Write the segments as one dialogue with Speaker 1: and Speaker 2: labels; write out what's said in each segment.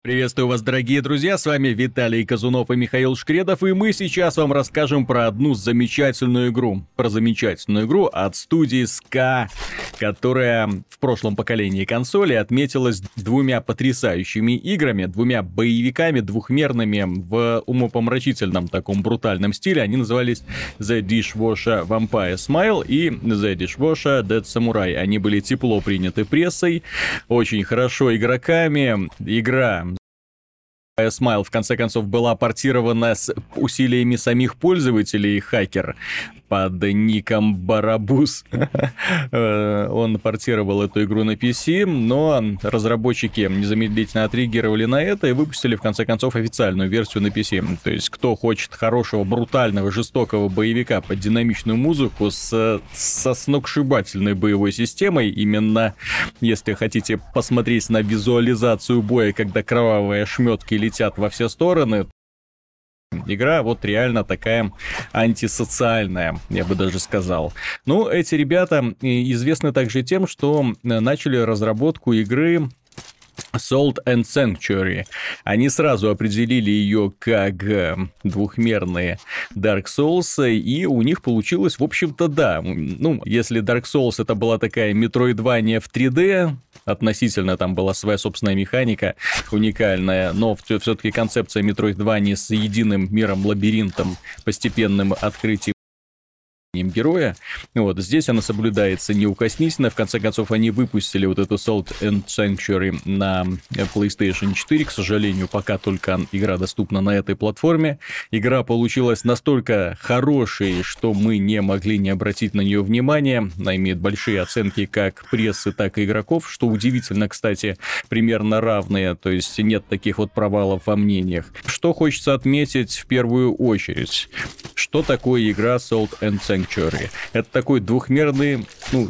Speaker 1: Приветствую вас, дорогие друзья, с вами Виталий Казунов и Михаил Шкредов, и мы сейчас вам расскажем про одну замечательную игру. Про замечательную игру от студии SCA, которая в прошлом поколении консоли отметилась двумя потрясающими играми, двумя боевиками двухмерными в умопомрачительном таком брутальном стиле. Они назывались The Dishwasher Vampire Smile и The Dishwasher Dead Samurai. Они были тепло приняты прессой, очень хорошо игроками. Игра Smile, в конце концов, была портирована с усилиями самих пользователей. Хакер под ником Барабус. Он портировал эту игру на PC, но разработчики незамедлительно отреагировали на это и выпустили, в конце концов, официальную версию на PC. То есть, кто хочет хорошего, брутального, жестокого боевика под динамичную музыку со сногсшибательной боевой системой, именно если хотите посмотреть на визуализацию боя, когда кровавые ошметки летят во все стороны, игра вот реально такая антисоциальная, я бы даже сказал. Ну, эти ребята известны также тем, что начали разработку игры Salt and Sanctuary. Они сразу определили ее как двухмерные Dark Souls, и у них получилось, в общем-то, да. Ну, если Dark Souls это была такая Metroidvania в 3D, относительно там была своя собственная механика уникальная, но все-таки концепция Metroidvania с единым миром-лабиринтом, постепенным открытием героя. Вот, здесь она соблюдается неукоснительно. В конце концов, они выпустили вот эту Salt and Sanctuary на PlayStation 4. К сожалению, пока только игра доступна на этой платформе. Игра получилась настолько хорошей, что мы не могли не обратить на нее внимания. Она имеет большие оценки как прессы, так и игроков, что удивительно, кстати, примерно равные, то есть нет таких вот провалов во мнениях. Что хочется отметить в первую очередь? Что такое игра Salt and Sanctuary? Это такой двухмерный,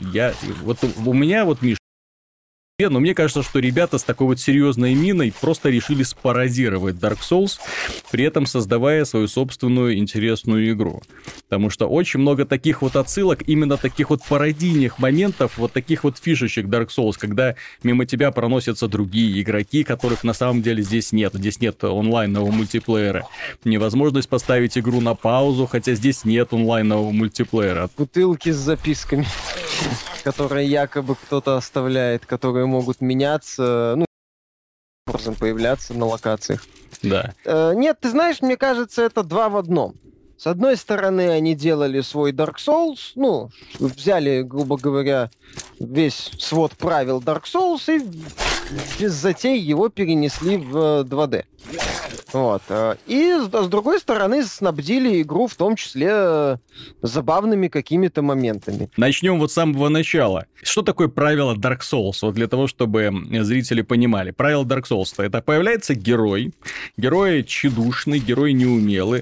Speaker 1: у меня, Миш, но мне кажется, что ребята с такой вот серьезной миной просто решили спародировать Dark Souls, при этом создавая свою собственную интересную игру. Потому что очень много таких вот отсылок, именно таких вот пародийных моментов, вот таких вот фишечек Dark Souls, когда мимо тебя проносятся другие игроки, которых на самом деле здесь нет. Здесь нет онлайнового мультиплеера. Невозможность поставить игру на паузу, хотя здесь нет онлайнового мультиплеера.
Speaker 2: Бутылки с записками, которые якобы кто-то оставляет, которые могут меняться, образом появляться на локациях.
Speaker 1: Да.
Speaker 2: Нет, ты знаешь, мне кажется, это два в одном. С одной стороны, они делали свой Dark Souls, взяли, грубо говоря, весь свод правил Dark Souls и без затей его перенесли в 2D. Вот. И с другой стороны, снабдили игру в том числе забавными какими-то моментами.
Speaker 1: Начнем вот с самого начала. Что такое правило Dark Souls? Вот для того, чтобы зрители понимали. Правило Dark Souls — это появляется герой. Герой тщедушный, герой неумелый,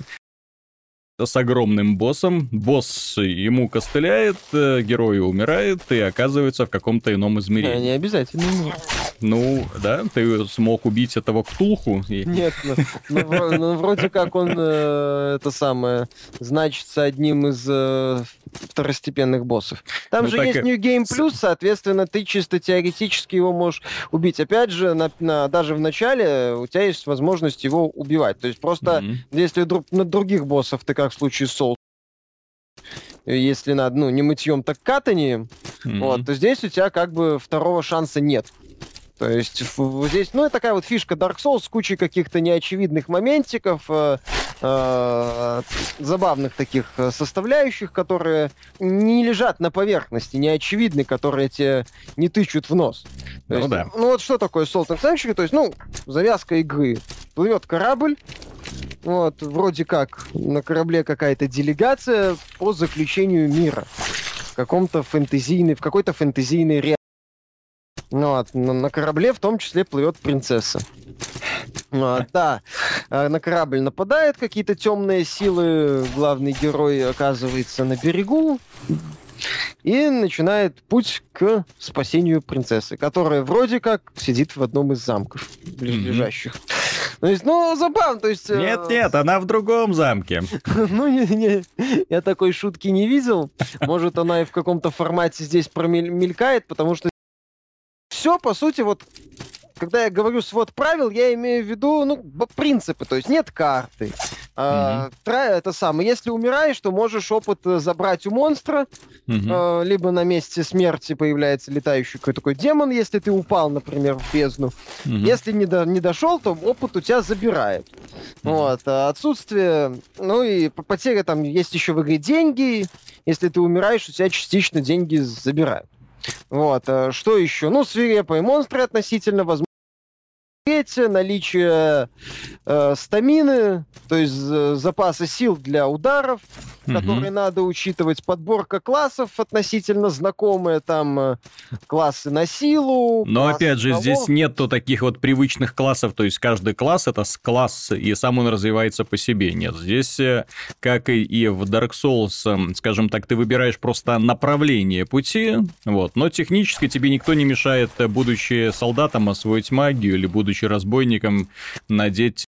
Speaker 1: с огромным боссом. Босс ему костыляет, герой умирает и оказывается в каком-то ином измерении.
Speaker 2: Не обязательно.
Speaker 1: Ну, да, ты смог убить этого Ктулху?
Speaker 2: Нет, вроде как он, значится одним из второстепенных боссов. Там же есть New Game Plus, соответственно, ты чисто теоретически его можешь убить. Опять же, даже в начале у тебя есть возможность его убивать. То есть просто, если на других боссов ты, как в случае с Soul, если надо, не мытьем, так катанием, то здесь у тебя как бы второго шанса нет. То есть здесь, это такая вот фишка Dark Souls с кучей каких-то неочевидных моментиков, забавных таких составляющих, которые не лежат на поверхности, неочевидны, которые тебе не тычут в нос. То есть,
Speaker 1: да.
Speaker 2: Вот что такое Salt and Sanctuary? То есть, завязка игры. Плывет корабль, вроде как на корабле какая-то делегация по заключению мира в какой-то фэнтезийной реальности. На корабле в том числе плывет принцесса. Да, на корабль нападают какие-то темные силы, главный герой оказывается на берегу и начинает путь к спасению принцессы, которая вроде как сидит в одном из замков ближайших. То есть, забавно, то есть...
Speaker 1: Нет, она в другом замке.
Speaker 2: Я такой шутки не видел. Может, она и в каком-то формате здесь промелькает, потому что все, по сути, когда я говорю свод правил, я имею в виду, ну, принципы, то есть нет карты. Это самое, если умираешь, то можешь опыт забрать у монстра, либо на месте смерти появляется летающий какой-то такой демон, если ты упал, например, в бездну. Если не дошел, то опыт у тебя забирает. Вот. А отсутствие, ну и потеря там, есть еще в игре деньги, если ты умираешь, у тебя частично деньги забирают. Вот. Что еще? Ну, свирепые монстры относительно, возможно, наличие стамины, то есть запаса сил для ударов, которые надо учитывать, подборка классов относительно знакомые, там классы на силу.
Speaker 1: Но опять же, здесь нету таких вот привычных классов, то есть каждый класс это класс, и сам он развивается по себе. Нет, здесь, как и в Dark Souls, скажем так, ты выбираешь просто направление пути, вот, но технически тебе никто не мешает, будучи солдатом, освоить магию или будучи разбойником, надеть.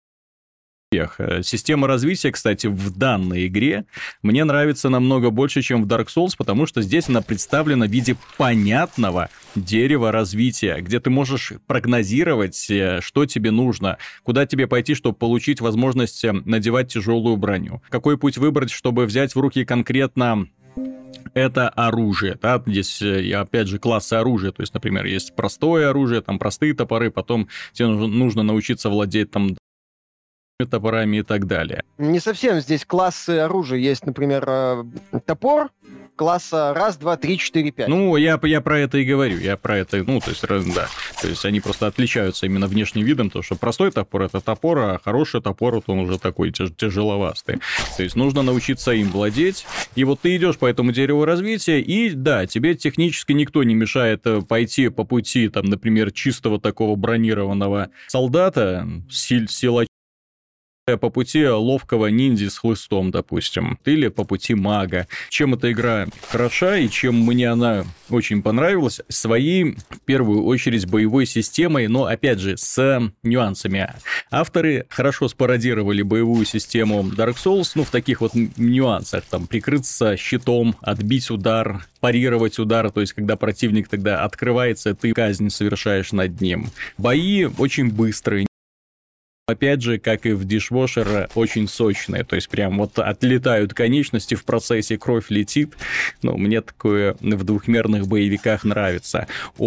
Speaker 1: Система развития, кстати, в данной игре мне нравится намного больше, чем в Dark Souls, потому что здесь она представлена в виде понятного дерева развития, где ты можешь прогнозировать, что тебе нужно, куда тебе пойти, чтобы получить возможность надевать тяжелую броню, какой путь выбрать, чтобы взять в руки конкретно это оружие, да, здесь, опять же, классы оружия, то есть, например, есть простое оружие, там, простые топоры, потом тебе нужно научиться владеть, там, топорами и так далее. Не
Speaker 2: совсем здесь классы оружия. Есть, например, топор класса 1, 2, 3, 4, 5.
Speaker 1: Ну, я про это и говорю. Я про это, ну, то есть, да. То есть, они просто отличаются именно внешним видом, потому что простой топор — это топор, а хороший топор — вот он уже такой тяжеловастый. То есть, нужно научиться им владеть. И вот ты идешь по этому дереву развития, и, да, тебе технически никто не мешает пойти по пути, там, например, чистого такого бронированного солдата, силача, по пути ловкого ниндзя с хлыстом, допустим, или по пути мага. Чем эта игра хороша и чем мне она очень понравилась? Своей, в первую очередь, боевой системой, но, опять же, с нюансами. Авторы хорошо спародировали боевую систему Dark Souls, ну, в таких вот нюансах, там, прикрыться щитом, отбить удар, парировать удар, то есть, когда противник тогда открывается, ты казнь совершаешь над ним. Бои очень быстрые. Опять же, как и в Dishwasher, очень сочные, то есть прям вот отлетают конечности в процессе, кровь летит. Ну, мне такое в двухмерных боевиках нравится.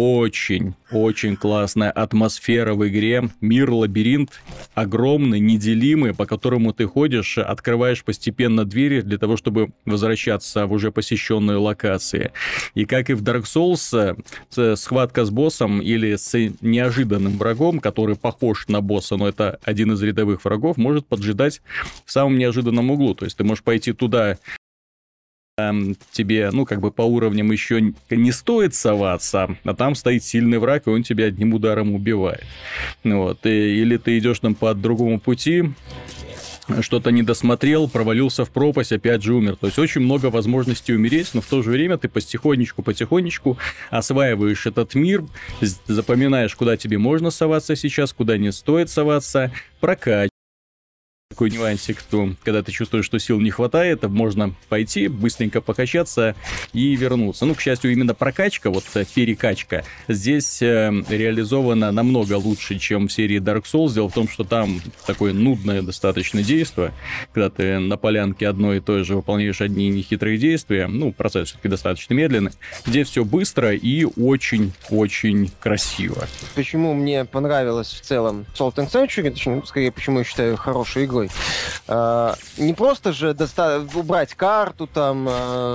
Speaker 1: Очень классная атмосфера в игре. Мир-лабиринт огромный, неделимый, по которому ты ходишь, открываешь постепенно двери для того, чтобы возвращаться в уже посещенные локации. И как и в Dark Souls, схватка с боссом или с неожиданным врагом, который похож на босса, но это один из рядовых врагов, может поджидать в самом неожиданном углу. То есть ты можешь пойти туда, тебе, ну, как бы по уровням еще не стоит соваться, а там стоит сильный враг, и он тебя одним ударом убивает. Вот. Или ты идешь там по другому пути, что-то не досмотрел, провалился в пропасть, опять же умер. То есть очень много возможностей умереть, но в то же время ты потихонечку осваиваешь этот мир, запоминаешь, куда тебе можно соваться сейчас, куда не стоит соваться, прокачиваешь. Такой нюансик, когда ты чувствуешь, что сил не хватает, можно пойти, быстренько покачаться и вернуться. Ну, к счастью, именно прокачка, вот перекачка, здесь реализована намного лучше, чем в серии Dark Souls. Дело в том, что там такое нудное достаточно действие, когда ты на полянке одно и то же выполняешь одни нехитрые действия, ну, процесс все-таки достаточно медленный. Здесь все быстро и очень красиво.
Speaker 2: Почему мне понравилось в целом Salt and Sanctuary, точнее, скорее, почему я считаю хорошей игрой. Не просто же убрать карту, там,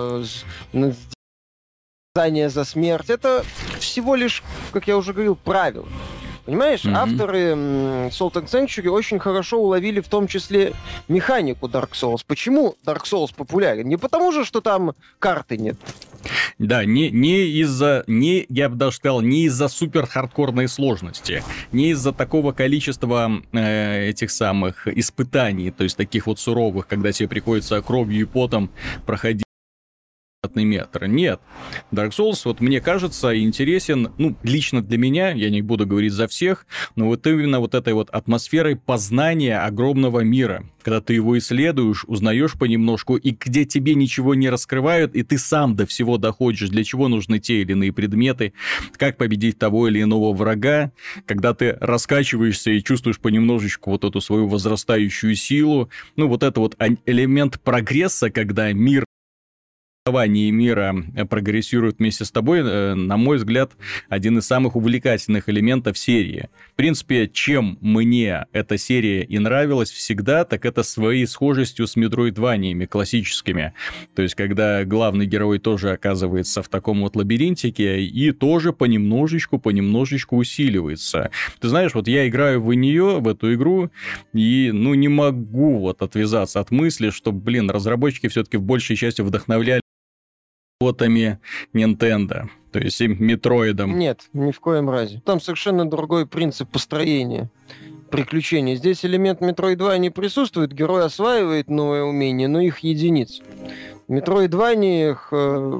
Speaker 2: наказание за смерть. Это всего лишь, как я уже говорил, правило. Понимаешь, авторы Salt and Sanctuary очень хорошо уловили в том числе механику Dark Souls. Почему Dark Souls популярен? Не потому же, что там карты нет.
Speaker 1: Да, я бы даже сказал, не из-за супер хардкорной сложности, не из-за такого количества этих самых испытаний, то есть таких вот суровых, когда тебе приходится кровью и потом проходить метр. Нет. Dark Souls, вот мне кажется, интересен, ну, лично для меня, я не буду говорить за всех, но вот именно вот этой вот атмосферой познания огромного мира, когда ты его исследуешь, узнаешь понемножку, и где тебе ничего не раскрывают, и ты сам до всего доходишь, для чего нужны те или иные предметы, как победить того или иного врага, когда ты раскачиваешься и чувствуешь понемножечку вот эту свою возрастающую силу, ну, вот это вот элемент прогресса, когда мир мира прогрессирует вместе с тобой, на мой взгляд, один из самых увлекательных элементов серии. В принципе, чем мне эта серия и нравилась всегда, так это своей схожестью с метроидваниями классическими. То есть, когда главный герой тоже оказывается в таком вот лабиринтике и тоже понемножечку усиливается. Ты знаешь, вот я играю в нее, в эту игру, и, ну, не могу вот отвязаться от мысли, что, блин, разработчики все-таки в большей части вдохновляли ботами Nintendo, то есть и Метроидом.
Speaker 2: Нет, ни в коем разе. Там совершенно другой принцип построения приключений. Здесь элемент Metroidvania присутствует, герой осваивает новые умения, но их единиц. В Metroidvania'х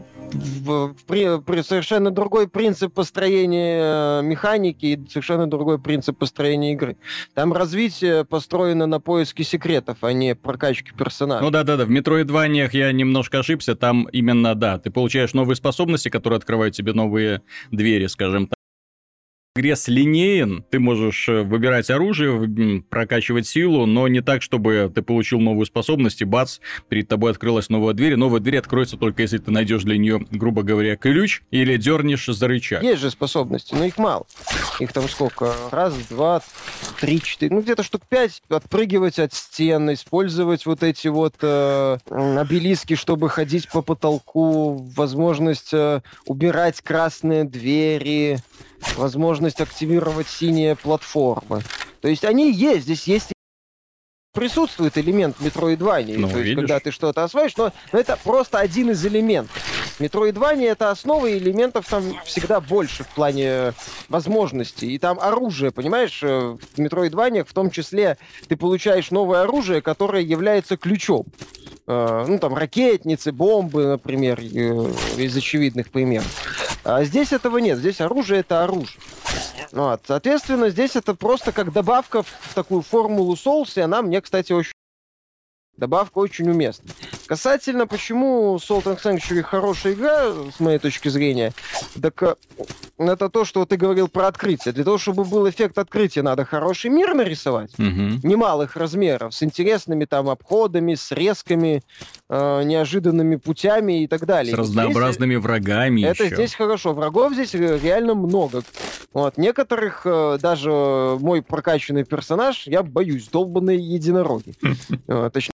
Speaker 2: при совершенно другой принцип построения механики и совершенно другой принцип построения игры. Там развитие построено на поиске секретов, а не прокачке персонажа.
Speaker 1: Ну да-да-да, в Метроидваниях я немножко ошибся, там именно, да, ты получаешь новые способности, которые открывают тебе новые двери, скажем так. Прогресс линеен, ты можешь выбирать оружие, прокачивать силу, но не так, чтобы ты получил новую способность, и бац, перед тобой открылась новая дверь. Новая дверь откроется только если ты найдешь для нее, грубо говоря, ключ или дернешь за рычаг.
Speaker 2: Есть же способности, но их мало. Их там сколько? Раз, два, три, четыре, ну где-то штук 5. Отпрыгивать от стен, использовать вот эти вот обелиски, чтобы ходить по потолку, возможность убирать красные двери, возможность активировать синие платформы. То есть они есть, здесь есть присутствует элемент Metroidvania.
Speaker 1: Ну,
Speaker 2: то есть,
Speaker 1: видишь?
Speaker 2: когда ты что-то осваиваешь, но это просто один из элементов. Metroidvania — это основа, и элементов там всегда больше в плане возможностей. И там оружие, понимаешь, в Metroidvania в том числе ты получаешь новое оружие, которое является ключом. Ну, там, ракетницы, бомбы, например, из очевидных примеров. А здесь этого нет. Здесь оружие — это оружие. Вот. Соответственно, здесь это просто как добавка в такую формулу Souls, и она мне, кстати, очень... Добавка очень уместна. Касательно, почему Salt and Sanctuary хорошая игра, с моей точки зрения, так это то, что ты говорил про открытие. Для того, чтобы был эффект открытия, надо хороший мир нарисовать, немалых размеров, с интересными там обходами, с резками, неожиданными путями и так далее.
Speaker 1: С разнообразными врагами
Speaker 2: это
Speaker 1: еще.
Speaker 2: здесь хорошо. Врагов здесь реально много. Вот. Некоторых, даже мой прокачанный персонаж, я боюсь, долбаные единороги. Точнее,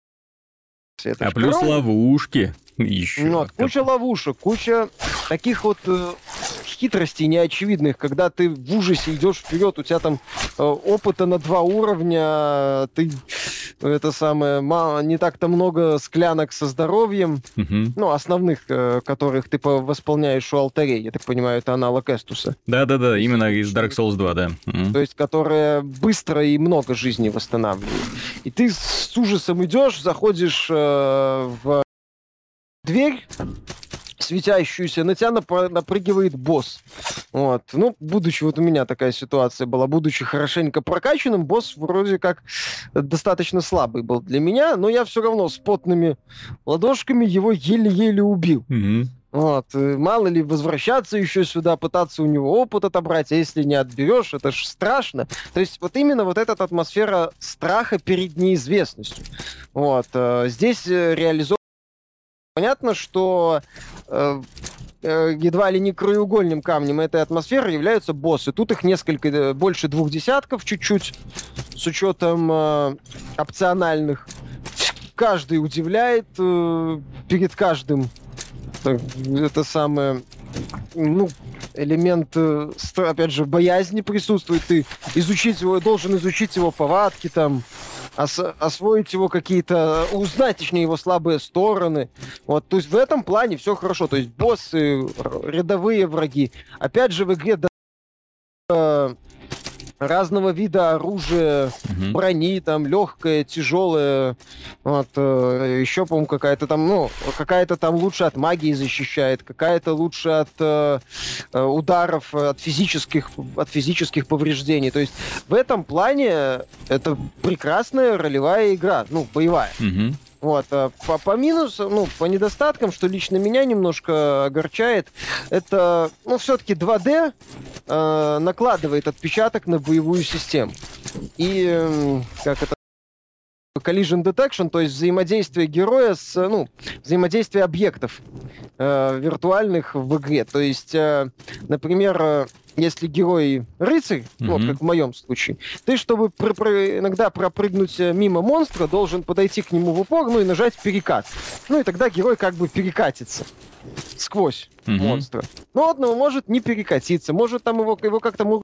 Speaker 1: а плюс ловушки еще.
Speaker 2: Вот, куча ловушек, куча таких вот хитростей неочевидных, когда ты в ужасе идешь вперед, у тебя там опыта на 2 уровня, ты это самое, не так-то много склянок со здоровьем, ну, основных, которых ты восполняешь у алтарей, я так понимаю, это аналог Эстуса.
Speaker 1: Да-да-да, именно из Dark Souls 2, да.
Speaker 2: То есть, которые быстро и много жизни восстанавливают. И ты с ужасом идешь, заходишь в дверь светящуюся, на тебя напрыгивает босс. Вот. Ну, будучи, вот у меня такая ситуация была, будучи хорошенько прокачанным, босс вроде как достаточно слабый был для меня, но я все равно с потными ладошками его еле-еле убил. Вот. Мало ли, возвращаться еще сюда, пытаться у него опыт отобрать, а если не отберешь, это ж страшно. То есть вот именно вот эта атмосфера страха перед неизвестностью. Вот. Здесь реализовано. Понятно, что едва ли не краеугольным камнем этой атмосферы являются боссы. Тут их несколько, больше 2 десятков чуть-чуть, с учетом опциональных. Каждый удивляет, перед каждым это самое, ну, элемент, опять же, боязни присутствует. Ты должен изучить его повадки, там, освоить его какие-то, узнать, точнее, его слабые стороны. Вот, то есть в этом плане все хорошо. То есть боссы, рядовые враги. Опять же, в игре разного вида оружия, брони, там, легкое, тяжелое, вот, еще, по-моему, какая-то там лучше от магии защищает, какая-то лучше от ударов, от физических повреждений. То есть в этом плане это прекрасная ролевая игра, боевая. Вот, по минусам, по недостаткам, что лично меня немножко огорчает, это, все-таки 2D накладывает отпечаток на боевую систему. И, collision detection, то есть взаимодействие героя взаимодействие объектов виртуальных в игре. То есть, например, если герой рыцарь, как в моем случае, ты, чтобы иногда пропрыгнуть мимо монстра, должен подойти к нему в упор, и нажать перекат. И тогда герой как бы перекатится сквозь монстра. Но он может не перекатиться, может там его как-то...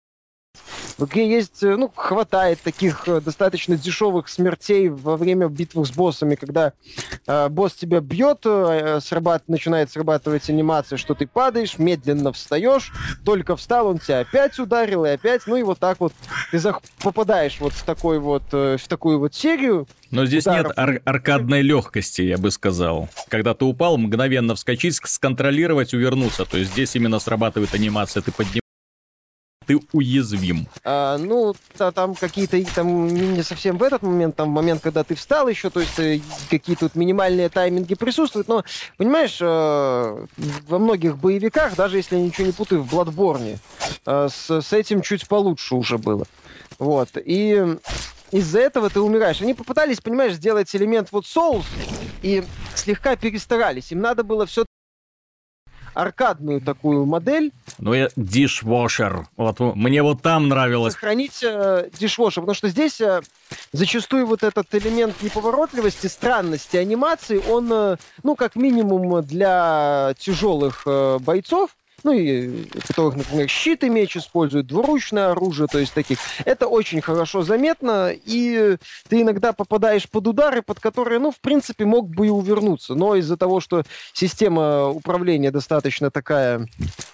Speaker 2: В игре есть, хватает таких достаточно дешевых смертей во время битв с боссами, когда босс тебя бьет, начинает срабатывать анимация, что ты падаешь, медленно встаешь, только встал, он тебя опять ударил, и опять, и вот так вот ты попадаешь вот в такую вот серию.
Speaker 1: Но здесь ударов. Нет аркадной легкости, я бы сказал. Когда ты упал, мгновенно вскочить, сконтролировать, увернуться. То есть здесь именно срабатывает анимация, ты поднимаешься, ты уязвим.
Speaker 2: Там какие-то, не совсем в этот момент, там в момент, когда ты встал еще, то есть какие-то тут минимальные тайминги присутствуют, но, понимаешь, во многих боевиках, даже если я ничего не путаю, в Bloodborne, с этим чуть получше уже было. Вот, и из-за этого ты умираешь. Они попытались, понимаешь, сделать элемент Souls и слегка перестарались. Им надо было все аркадную такую модель.
Speaker 1: Dishwasher. Вот мне вот там нравилось.
Speaker 2: Сохранить Dishwasher, потому что здесь зачастую вот этот элемент неповоротливости, странности анимации, он, как минимум для тяжелых бойцов, и которых, например, щит и меч используют, двуручное оружие, то есть таких. Это очень хорошо заметно, и ты иногда попадаешь под удары, под которые, в принципе, мог бы и увернуться. Но из-за того, что система управления достаточно такая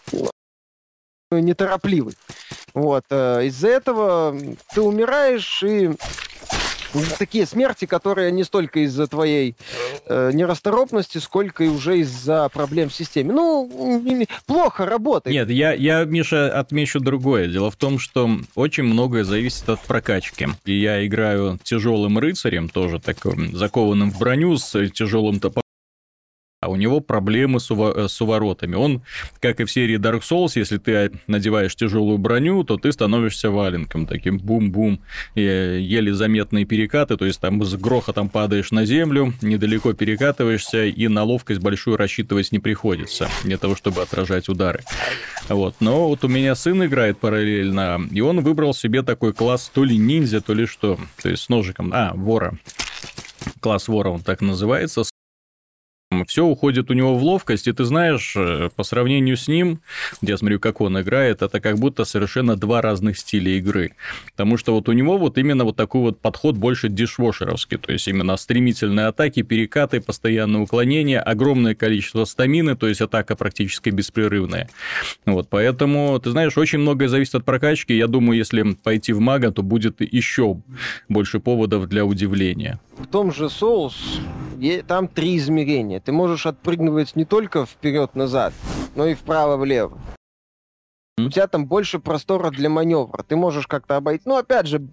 Speaker 2: неторопливая, из-за этого ты умираешь, и такие смерти, которые не столько из-за твоей нерасторопности, сколько и уже из-за проблем в системе. Плохо работает.
Speaker 1: Нет, я, Миша, отмечу другое. Дело в том, что очень многое зависит от прокачки. И я играю тяжелым рыцарем, тоже таким закованным в броню, с тяжелым топором. А у него проблемы с уворотами. Он, как и в серии Dark Souls, если ты надеваешь тяжелую броню, то ты становишься валенком, таким бум-бум, еле заметные перекаты, то есть там с грохотом падаешь на землю, недалеко перекатываешься, и на ловкость большую рассчитывать не приходится для того, чтобы отражать удары. Но вот у меня сын играет параллельно, и он выбрал себе такой класс то ли ниндзя, то ли что, то есть с ножиком, вора. Класс вора он так называется. Все уходит у него в ловкость, и ты знаешь, по сравнению с ним, я смотрю, как он играет, это как будто совершенно два разных стиля игры. Потому что у него именно такой подход больше дишвошеровский, то есть именно стремительные атаки, перекаты, постоянное уклонение, огромное количество стамины, то есть атака практически беспрерывная. Поэтому, ты знаешь, очень многое зависит от прокачки. Я думаю, если пойти в мага, то будет еще больше поводов для удивления.
Speaker 2: В том же Souls там 3 измерения. Ты можешь отпрыгнуть не только вперед-назад, но и вправо-влево. У тебя там больше простора для маневра. Ты можешь как-то обойти. Опять же,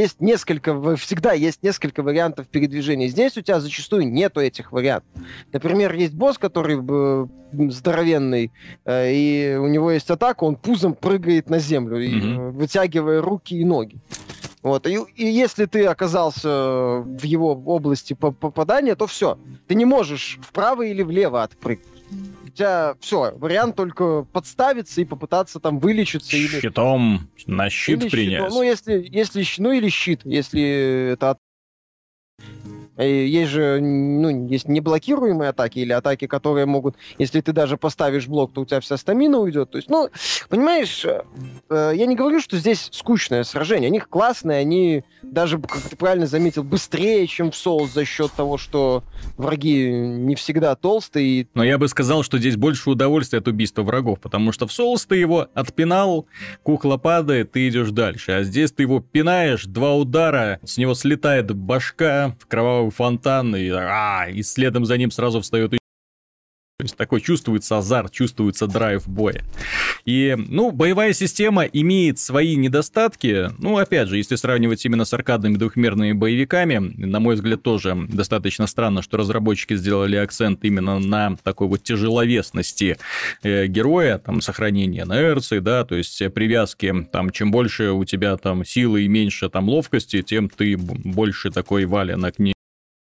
Speaker 2: всегда есть несколько вариантов передвижения. Здесь у тебя зачастую нету этих вариантов. Например, есть босс, который здоровенный, и у него есть атака, он пузом прыгает на землю, вытягивая руки и ноги. И если ты оказался в его области попадания, то все. Ты не можешь вправо или влево отпрыгнуть. У тебя все, вариант только подставиться и попытаться там вылечиться.
Speaker 1: Щитом на щит принять.
Speaker 2: Или щит, если это... Есть же, есть неблокируемые атаки или атаки, которые могут, если ты даже поставишь блок, то у тебя вся стамина уйдет. То есть, понимаешь, я не говорю, что здесь скучное сражение. Они классные, они даже, как ты правильно заметил, быстрее, чем в Souls за счет того, что враги не всегда толстые.
Speaker 1: Но я бы сказал, что здесь больше удовольствия от убийства врагов, потому что в Souls ты его отпинал, кукла падает, ты идешь дальше. А здесь ты его пинаешь, 2 удара, с него слетает башка в кровавый фонтан, и следом за ним сразу встает. То есть такой чувствуется азарт, чувствуется драйв боя. И, боевая система имеет свои недостатки. Опять же, если сравнивать именно с аркадными двухмерными боевиками, на мой взгляд, тоже достаточно странно, что разработчики сделали акцент именно на такой вот тяжеловесности героя, там, сохранение инерции, да, то есть привязки, там, чем больше у тебя там силы и меньше там ловкости, тем ты больше такой валенок не...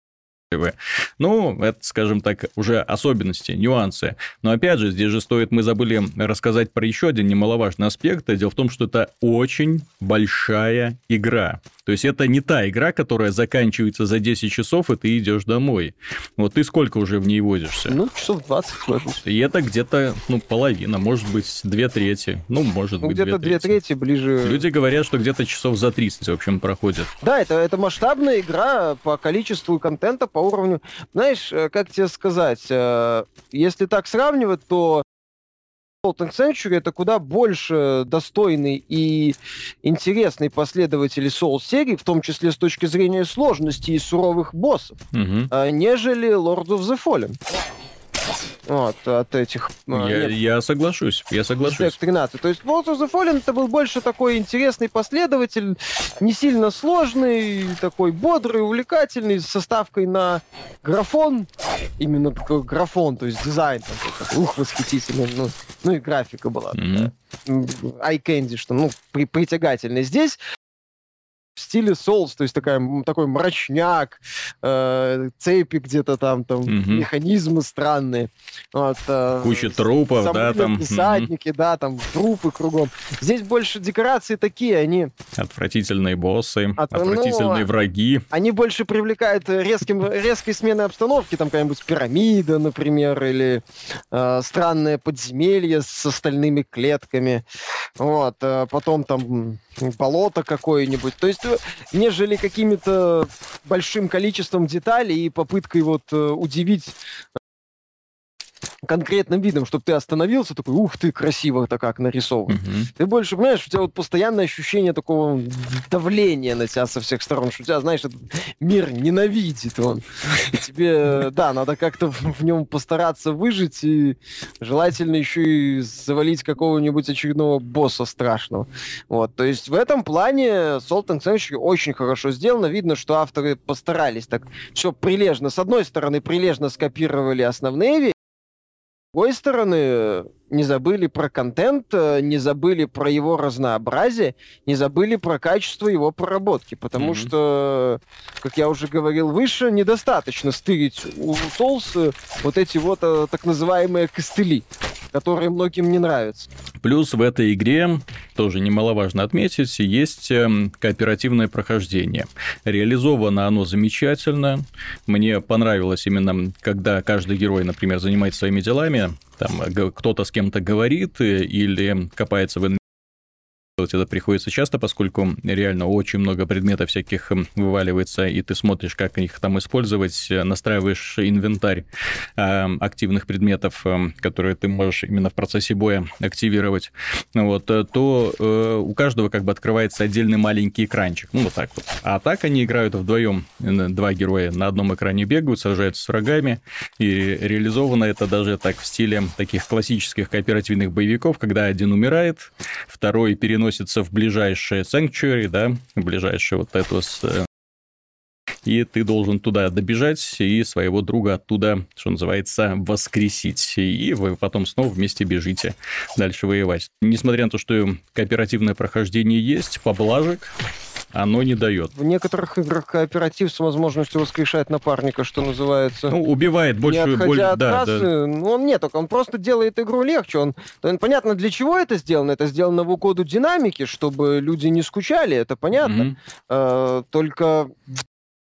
Speaker 1: это, скажем так, уже особенности, нюансы. Но опять же, здесь же мы забыли рассказать про еще один немаловажный аспект. Дело в том, что это очень большая игра. То есть это не та игра, которая заканчивается за 10 часов, и ты идешь домой. Вот ты сколько уже в ней возишься?
Speaker 2: Часов 20.
Speaker 1: И это где-то, половина, может быть, 2/3. Может быть,
Speaker 2: где-то 2/3 ближе...
Speaker 1: Люди говорят, что где-то часов за 30, в общем, проходит.
Speaker 2: Да, это масштабная игра по количеству контента, по уровню. Знаешь, как тебе сказать, если так сравнивать, то Salt Sanctuary — это куда больше достойный и интересный последователь Souls-серии, в том числе с точки зрения сложности и суровых боссов, нежели Lords of the Fallen. От этих...
Speaker 1: Я соглашусь.
Speaker 2: Death 13. То есть Lords of the Fallen это был больше такой интересный последователь, не сильно сложный, такой бодрый, увлекательный, с составкой на графон. Именно такой графон, то есть дизайн. Восхитительный. И графика была. Eye candy, что, притягательный. Здесь в стиле Souls, то есть такой мрачняк, цепи где-то там механизмы странные.
Speaker 1: Куча трупов, да, там.
Speaker 2: Десантники, да, там трупы кругом. Здесь больше декорации такие, они...
Speaker 1: Отвратительные боссы, отвратительные враги.
Speaker 2: Они больше привлекают резкой сменой обстановки, там какая-нибудь пирамида, например, или странное подземелье с остальными клетками. Потом там болото какое-нибудь. То есть, нежели каким-то большим количеством деталей и попыткой удивить конкретным видом, чтобы ты остановился, такой, ух ты, красиво-то как нарисован. Ты больше, понимаешь, у тебя постоянное ощущение такого давления на тебя со всех сторон, что у тебя, знаешь, этот мир ненавидит он. И тебе, да, надо как-то в нем постараться выжить и желательно еще и завалить какого-нибудь очередного босса страшного. То есть в этом плане Salt and Sanctuary очень хорошо сделано. Видно, что авторы постарались так все прилежно. С одной стороны, прилежно скопировали основные вещи, с другой стороны, не забыли про контент, не забыли про его разнообразие, не забыли про качество его проработки, потому что, как я уже говорил выше, недостаточно стырить у Souls эти так называемые костыли, которые многим не нравятся.
Speaker 1: Плюс в этой игре, тоже немаловажно отметить, есть кооперативное прохождение. Реализовано оно замечательно. Мне понравилось именно, когда каждый герой, например, занимается своими делами, там кто-то с кем-то говорит или копается в инвентаре. Это приходится часто, поскольку реально очень много предметов всяких вываливается, и ты смотришь, как их там использовать, настраиваешь инвентарь активных предметов, которые ты можешь именно в процессе боя активировать, то у каждого открывается отдельный маленький экранчик, так вот. А так они играют вдвоем, 2 героя на одном экране бегают, сражаются с врагами, и реализовано это даже так в стиле таких классических кооперативных боевиков, когда один умирает, второй переносится в ближайшее Sanctuary, да, в ближайшее и ты должен туда добежать и своего друга оттуда, что называется, воскресить. И вы потом снова вместе бежите дальше воевать. Несмотря на то, что кооперативное прохождение есть, поблажек оно не дает.
Speaker 2: В некоторых играх кооператив с возможностью воскрешать напарника, что называется.
Speaker 1: Убивает больше...
Speaker 2: Не отходя от трассы,
Speaker 1: да.
Speaker 2: Он нет, он просто делает игру легче. Понятно, для чего это сделано. Это сделано в угоду динамики, чтобы люди не скучали, это понятно. Только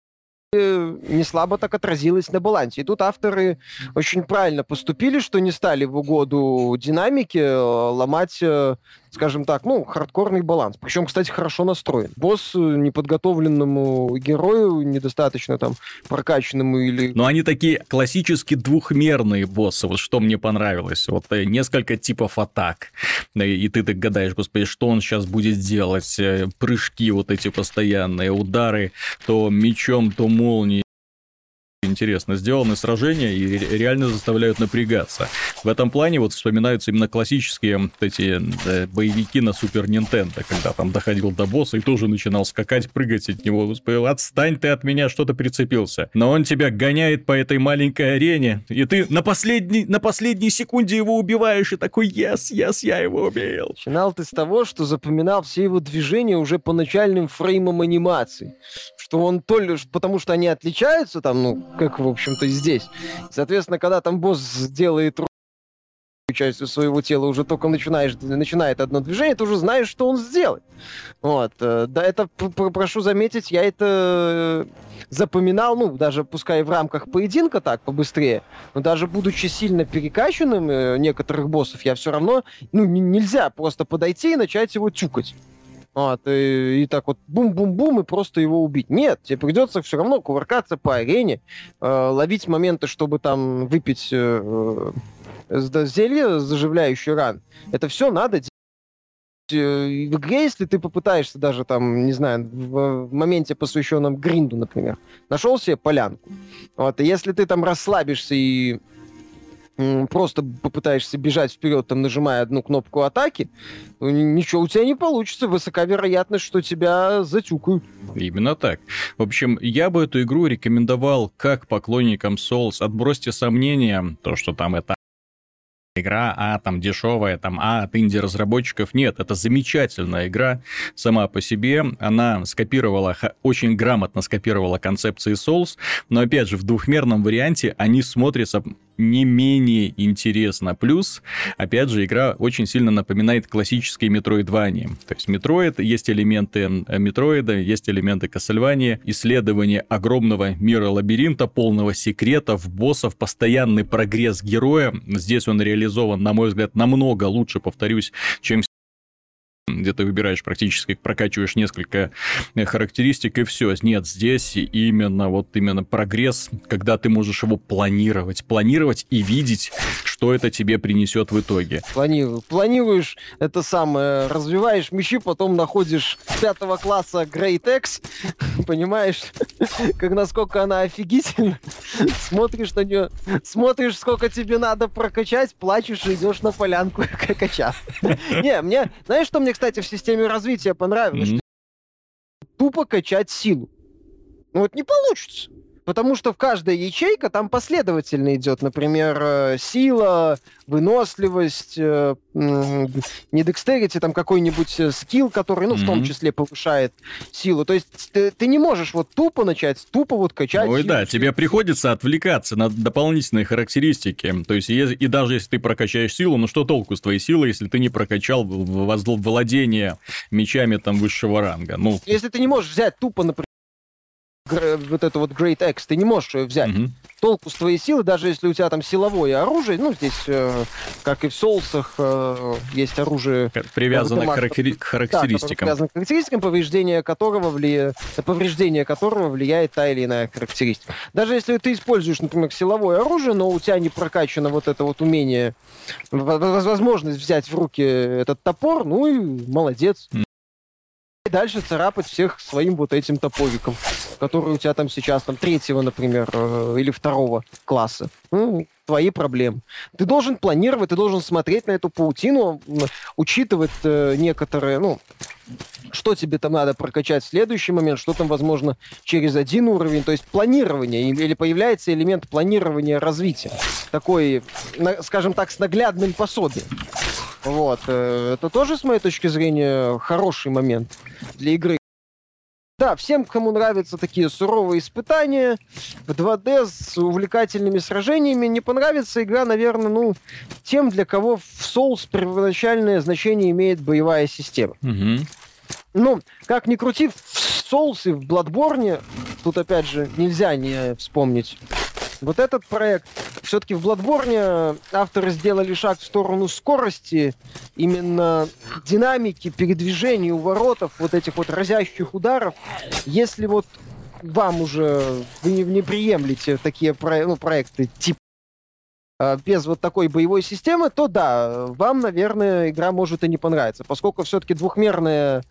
Speaker 2: не слабо так отразилось на балансе. И тут авторы очень правильно поступили, что не стали в угоду динамике ломать, скажем так, хардкорный баланс. Причем, кстати, хорошо настроен. Босс неподготовленному герою, недостаточно там прокачанному или...
Speaker 1: Но они такие классически двухмерные боссы, вот что мне понравилось. Вот несколько типов атак. И ты так гадаешь, господи, что он сейчас будет делать? Прыжки вот эти постоянные, удары то мечом, то молнией. Интересно сделаны сражения и реально заставляют напрягаться. В этом плане вот вспоминаются именно классические вот эти боевики на Супер Нинтендо, когда там доходил до босса и тоже начинал скакать, прыгать от него. Господи, отстань ты от меня, что-то прицепился. Но он тебя гоняет по этой маленькой арене, и ты на последней секунде его убиваешь, и такой, yes, я его убил.
Speaker 2: Начинал ты с того, что запоминал все его движения уже по начальным фреймам анимации. Что он потому что они отличаются там, как, в общем-то, и здесь. Соответственно, когда там босс делает частью своего тела, уже только начинает одно движение, ты уже знаешь, что он сделает. Вот. Да, это, прошу заметить, я это запоминал, даже пускай в рамках поединка так, побыстрее, но даже будучи сильно перекачанным некоторых боссов, я все равно, нельзя просто подойти и начать его тюкать. Вот, и так вот бум-бум-бум, и просто его убить. Нет, тебе придется все равно кувыркаться по арене, ловить моменты, чтобы там выпить зелье, заживляющий ран. Это все надо делать. В игре, если ты попытаешься даже там, не знаю, в моменте, посвященном гринду, например, нашел себе полянку. Вот, и если ты там расслабишься и просто попытаешься бежать вперед, там, нажимая одну кнопку атаки, ничего у тебя не получится. Высока вероятность, что тебя затюкают.
Speaker 1: Именно так. В общем, я бы эту игру рекомендовал как поклонникам Souls. Отбросьте сомнения, то, что там это игра, там дешевая, там, от инди-разработчиков. Нет, это замечательная игра сама по себе. Она очень грамотно скопировала концепции Souls, но, опять же, в двухмерном варианте они смотрятся не менее интересно. Плюс, опять же, игра очень сильно напоминает классические Metroidvania. То есть Metroid, есть элементы Metroid, есть элементы Castlevania, исследование огромного мира лабиринта, полного секретов, боссов, постоянный прогресс героя. Здесь он реализован, на мой взгляд, намного лучше, повторюсь, чем где ты выбираешь практически, прокачиваешь несколько характеристик и все. Нет, здесь именно прогресс, когда ты можешь его планировать и видеть, что это тебе принесет в итоге.
Speaker 2: Планируешь это самое, развиваешь мечи, потом находишь 5 класса Great X, понимаешь, как насколько она офигительна, смотришь на нее, смотришь, сколько тебе надо прокачать, плачешь и идешь на полянку качать. Не, знаешь, что мне, кстати, в системе развития понравилось? Что тупо качать силу. Не получится. Потому что в каждой ячейка там последовательно идет, например, сила, выносливость, не декстерити, там какой-нибудь скилл, который, в том числе повышает силу. То есть ты не можешь тупо начать, качать силу.
Speaker 1: Да, тебе приходится отвлекаться на дополнительные характеристики. То есть и даже если ты прокачаешь силу, что толку с твоей силой, если ты не прокачал владение мечами там высшего ранга?
Speaker 2: Если ты не можешь взять тупо, например, вот это Great X, ты не можешь ее взять. Толку с твоей силы, даже если у тебя там силовое оружие, здесь, как и в Соулсах, есть оружие...
Speaker 1: Привязано к характеристикам.
Speaker 2: Привязано к характеристикам, повреждение которого влияет та или иная характеристика. Даже если ты используешь, например, силовое оружие, но у тебя не прокачано это умение, возможность взять в руки этот топор, и молодец. И дальше царапать всех своим этим топориком, который у тебя там сейчас, 3-го, например, или 2-го класса. Твои проблемы. Ты должен планировать, ты должен смотреть на эту паутину, учитывать некоторые, что тебе там надо прокачать в следующий момент, что там, возможно, через один уровень. То есть планирование, или появляется элемент планирования развития. Такой, скажем так, с наглядным пособием. Это тоже, с моей точки зрения, хороший момент для игры. Да, всем, кому нравятся такие суровые испытания в 2D с увлекательными сражениями, не понравится игра, наверное, тем, для кого в Souls первоначальное значение имеет боевая система. Как ни крути, в Souls и в Bloodborne тут опять же нельзя не вспомнить вот этот проект. Все-таки в Bloodborne авторы сделали шаг в сторону скорости, именно динамики, передвижения, уворотов, вот этих вот разящих ударов. Если вот вам уже, вы не приемлете такие проекты типа без вот такой боевой системы, то да, вам, наверное, игра может и не понравиться, поскольку все-таки двухмерная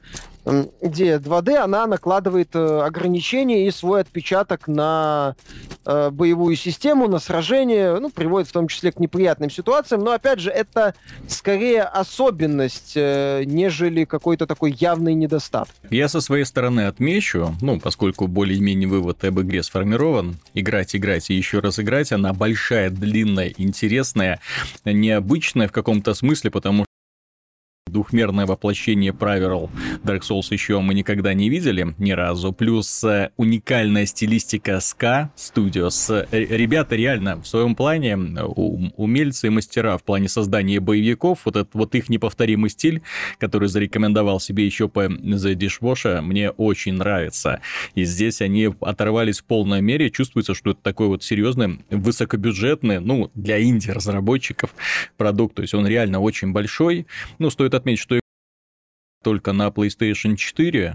Speaker 2: 2D, она накладывает ограничения и свой отпечаток на боевую систему, на сражение, приводит в том числе к неприятным ситуациям, но, опять же, это скорее особенность, нежели какой-то такой явный недостаток.
Speaker 1: Я со своей стороны отмечу, поскольку более-менее вывод об игре сформирован, играть и еще раз играть, она большая, длинная, интересная, необычная в каком-то смысле, потому что двухмерное воплощение правил Dark Souls еще мы никогда не видели ни разу. Плюс уникальная стилистика SK Studios. Ребята реально в своем плане умельцы и мастера в плане создания боевиков. Вот этот вот их неповторимый стиль, который зарекомендовал себе еще по The Dishwasher, мне очень нравится. И здесь они оторвались в полной мере. Чувствуется, что это такой вот серьезный, высокобюджетный, для инди-разработчиков продукт. То есть он реально очень большой. Стоит отметить, что только на PlayStation 4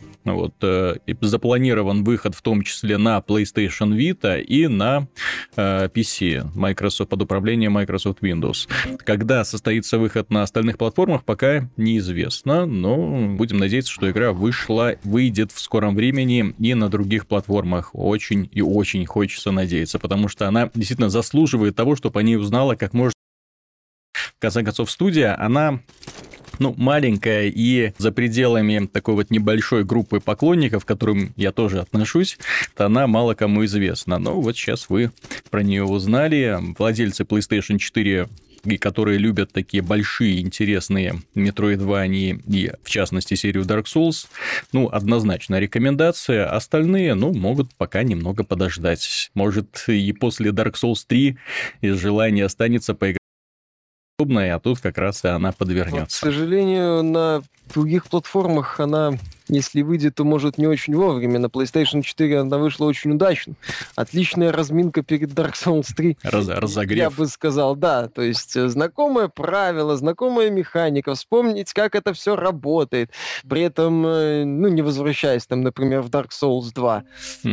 Speaker 1: запланирован выход в том числе на PlayStation Vita и на PC под управлением Microsoft Windows. Когда состоится выход на остальных платформах, пока неизвестно, но будем надеяться, что игра выйдет в скором времени и на других платформах. Очень и очень хочется надеяться, потому что она действительно заслуживает того, чтобы о ней узнала как можно. В конце концов, студия, она маленькая, и за пределами такой вот небольшой группы поклонников, к которым я тоже отношусь, то она мало кому известна. Но вот сейчас вы про нее узнали. Владельцы PlayStation 4, которые любят такие большие, интересные Metroidvania и, в частности, серию Dark Souls, однозначно рекомендация. Остальные, могут пока немного подождать. Может, и после Dark Souls 3 из желания останется поиграть, а тут как раз и она подвернется.
Speaker 2: К сожалению, на других платформах она, если выйдет, то может не очень вовремя. На PlayStation 4 она вышла очень удачно. Отличная разминка перед Dark Souls 3.
Speaker 1: Разогрев.
Speaker 2: Я бы сказал, да. То есть знакомое правило, знакомая механика, вспомнить, как это все работает. При этом, не возвращаясь, например, в Dark Souls 2.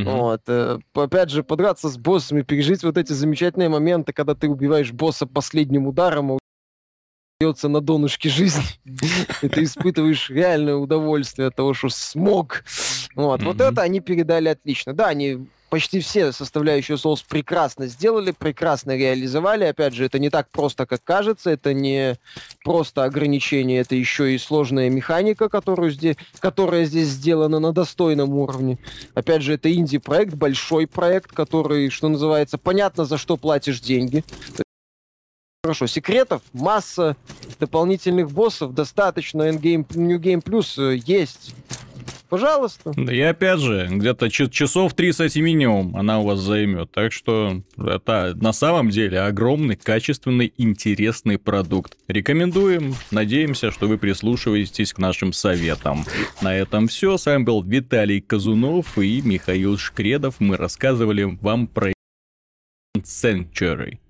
Speaker 2: Опять же, подраться с боссами, пережить вот эти замечательные моменты, когда ты убиваешь босса последним ударом, бьется на донышке жизни, и ты испытываешь реальное удовольствие от того, что смог. Вот это они передали отлично. Да, они почти все составляющие Souls прекрасно сделали, прекрасно реализовали. Опять же, это не так просто, как кажется. Это не просто ограничение, это еще и сложная механика, которая здесь сделана на достойном уровне. Опять же, это инди-проект, большой проект, который, что называется, понятно, за что платишь деньги. Хорошо, секретов масса, дополнительных боссов достаточно, New Game Plus есть. Пожалуйста.
Speaker 1: Да и опять же, где-то часов 30 минимум она у вас займет. Так что это на самом деле огромный, качественный, интересный продукт. Рекомендуем. Надеемся, что вы прислушиваетесь к нашим советам. На этом все. С вами был Виталий Казунов и Михаил Шкредов. Мы рассказывали вам про Sanctuary.